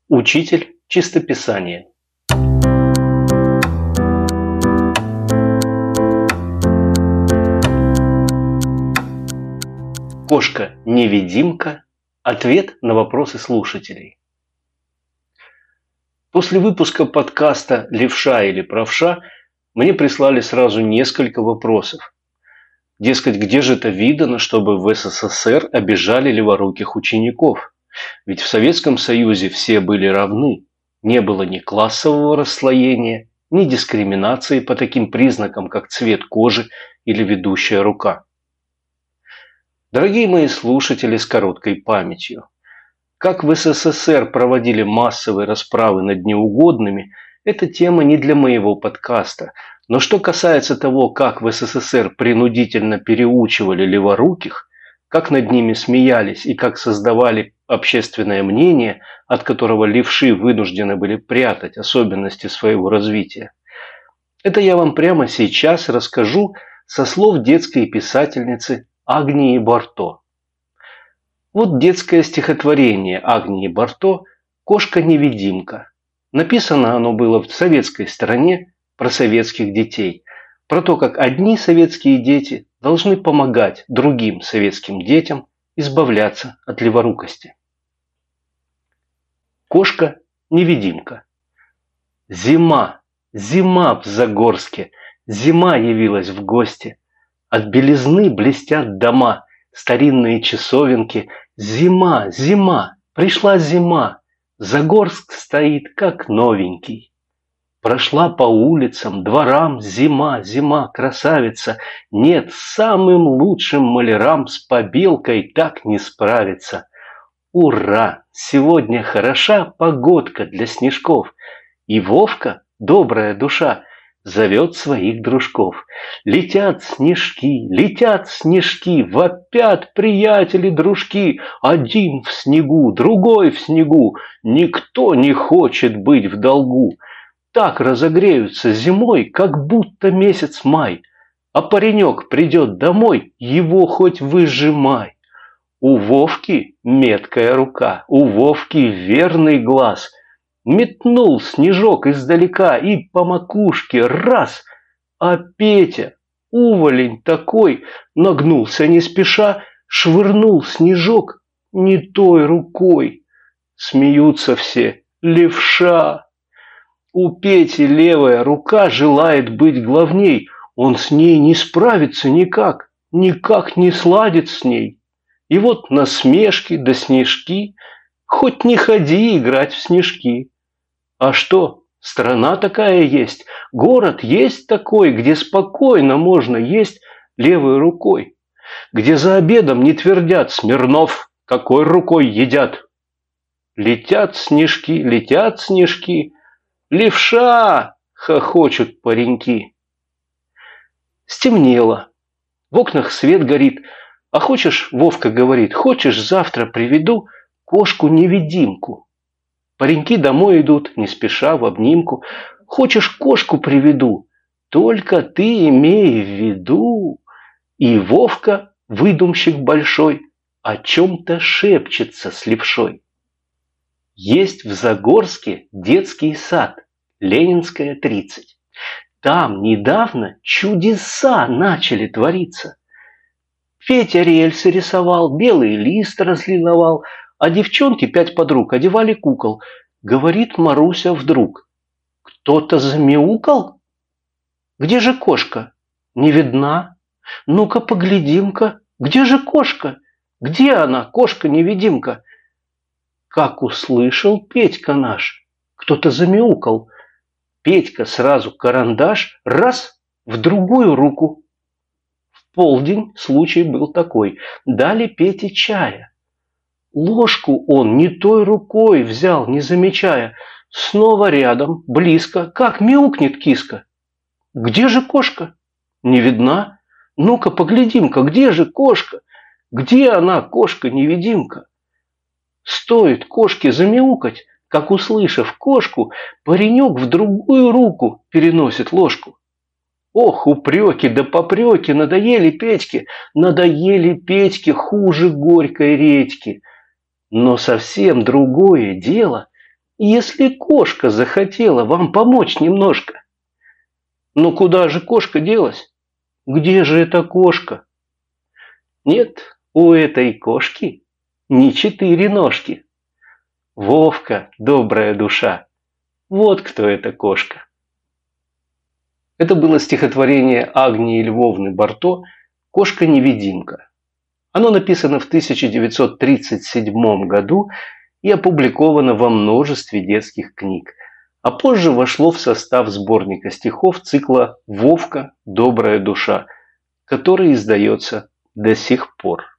Учитель чистописания. Кошка-невидимка. Ответ на вопросы слушателей. После выпуска подкаста «Левша или правша» мне прислали сразу несколько вопросов. Дескать, где же это видано, чтобы в СССР обижали леворуких учеников? Ведь в Советском Союзе все были равны. Не было ни классового расслоения, ни дискриминации по таким признакам, как цвет кожи или ведущая рука. Дорогие мои слушатели с короткой памятью, как в СССР проводили массовые расправы над неугодными, это тема не для моего подкаста. Но что касается того, как в СССР принудительно переучивали леворуких, как над ними смеялись и как создавали общественное мнение, от которого левши вынуждены были прятать особенности своего развития, это я вам прямо сейчас расскажу со слов детской писательницы Агнии Барто. Вот детское стихотворение Агнии Барто «Кошка-невидимка». Написано оно было в советской стране про советских детей, про то, как одни советские дети должны помогать другим советским детям избавляться от леворукости. Кошка-невидимка. Зима, зима в Загорске, зима явилась в гости. От белизны блестят дома, старинные часовенки. Зима, зима, пришла зима, Загорск стоит как новенький. Прошла по улицам, дворам зима, зима, красавица. Нет, самым лучшим малярам с побелкой так не справиться. Ура! Сегодня хороша погодка для снежков. И Вовка, добрая душа, зовет своих дружков. Летят снежки, вопят приятели-дружки. Один в снегу, другой в снегу. Никто не хочет быть в долгу. Так разогреются зимой, как будто месяц май. А паренек придет домой, его хоть выжимай. У Вовки меткая рука, у Вовки верный глаз. Метнул снежок издалека и по макушке раз. А Петя, уволень такой, нагнулся не спеша, швырнул снежок не той рукой. Смеются все: левша. У Пети левая рука желает быть главней. Он с ней не справится никак, никак не сладит с ней. И вот насмешки да снежки, хоть не ходи играть в снежки. А что, страна такая есть, город есть такой, где спокойно можно есть левой рукой, где за обедом не твердят: Смирнов, какой рукой едят. Летят снежки, левша, хохочут пареньки. Стемнело, в окнах свет горит. А хочешь, Вовка говорит, хочешь, завтра приведу кошку-невидимку. Пареньки домой идут, не спеша, в обнимку. Хочешь, кошку приведу, только ты имей в виду. И Вовка, выдумщик большой, о чем-то шепчется с левшой. Есть в Загорске детский сад, Ленинская, 30. Там недавно чудеса начали твориться. Петя рельсы рисовал, белый лист разлиновал, а девчонки, 5 подруг, одевали кукол. Говорит Маруся вдруг: кто-то замяукал? Где же кошка? Не видна? Ну-ка поглядим-ка, где же кошка? Где она, кошка-невидимка? Как услышал Петька наш, кто-то замяукал. Петька сразу карандаш, раз, в другую руку. В полдень случай был такой. Дали Пете чая. Ложку он не той рукой взял, не замечая. Снова рядом, близко, как мяукнет киска. Где же кошка? Не видна? Ну-ка поглядим-ка, где же кошка? Где она, кошка-невидимка? Стоит кошке замяукать, как, услышав кошку, паренек в другую руку переносит ложку. Ох, упреки да попреки надоели Петьке хуже горькой редьки. Но совсем другое дело если кошка захотела вам помочь немножко? Но куда же кошка делась? Где же эта кошка? Нет, у этой кошки не 4 ножки. Вовка, добрая душа, вот кто эта кошка. Это было стихотворение Агнии Львовны Барто «Кошка-невидимка». Оно написано в 1937 году и опубликовано во множестве детских книг, а позже вошло в состав сборника стихов цикла «Вовка, добрая душа», который издается до сих пор.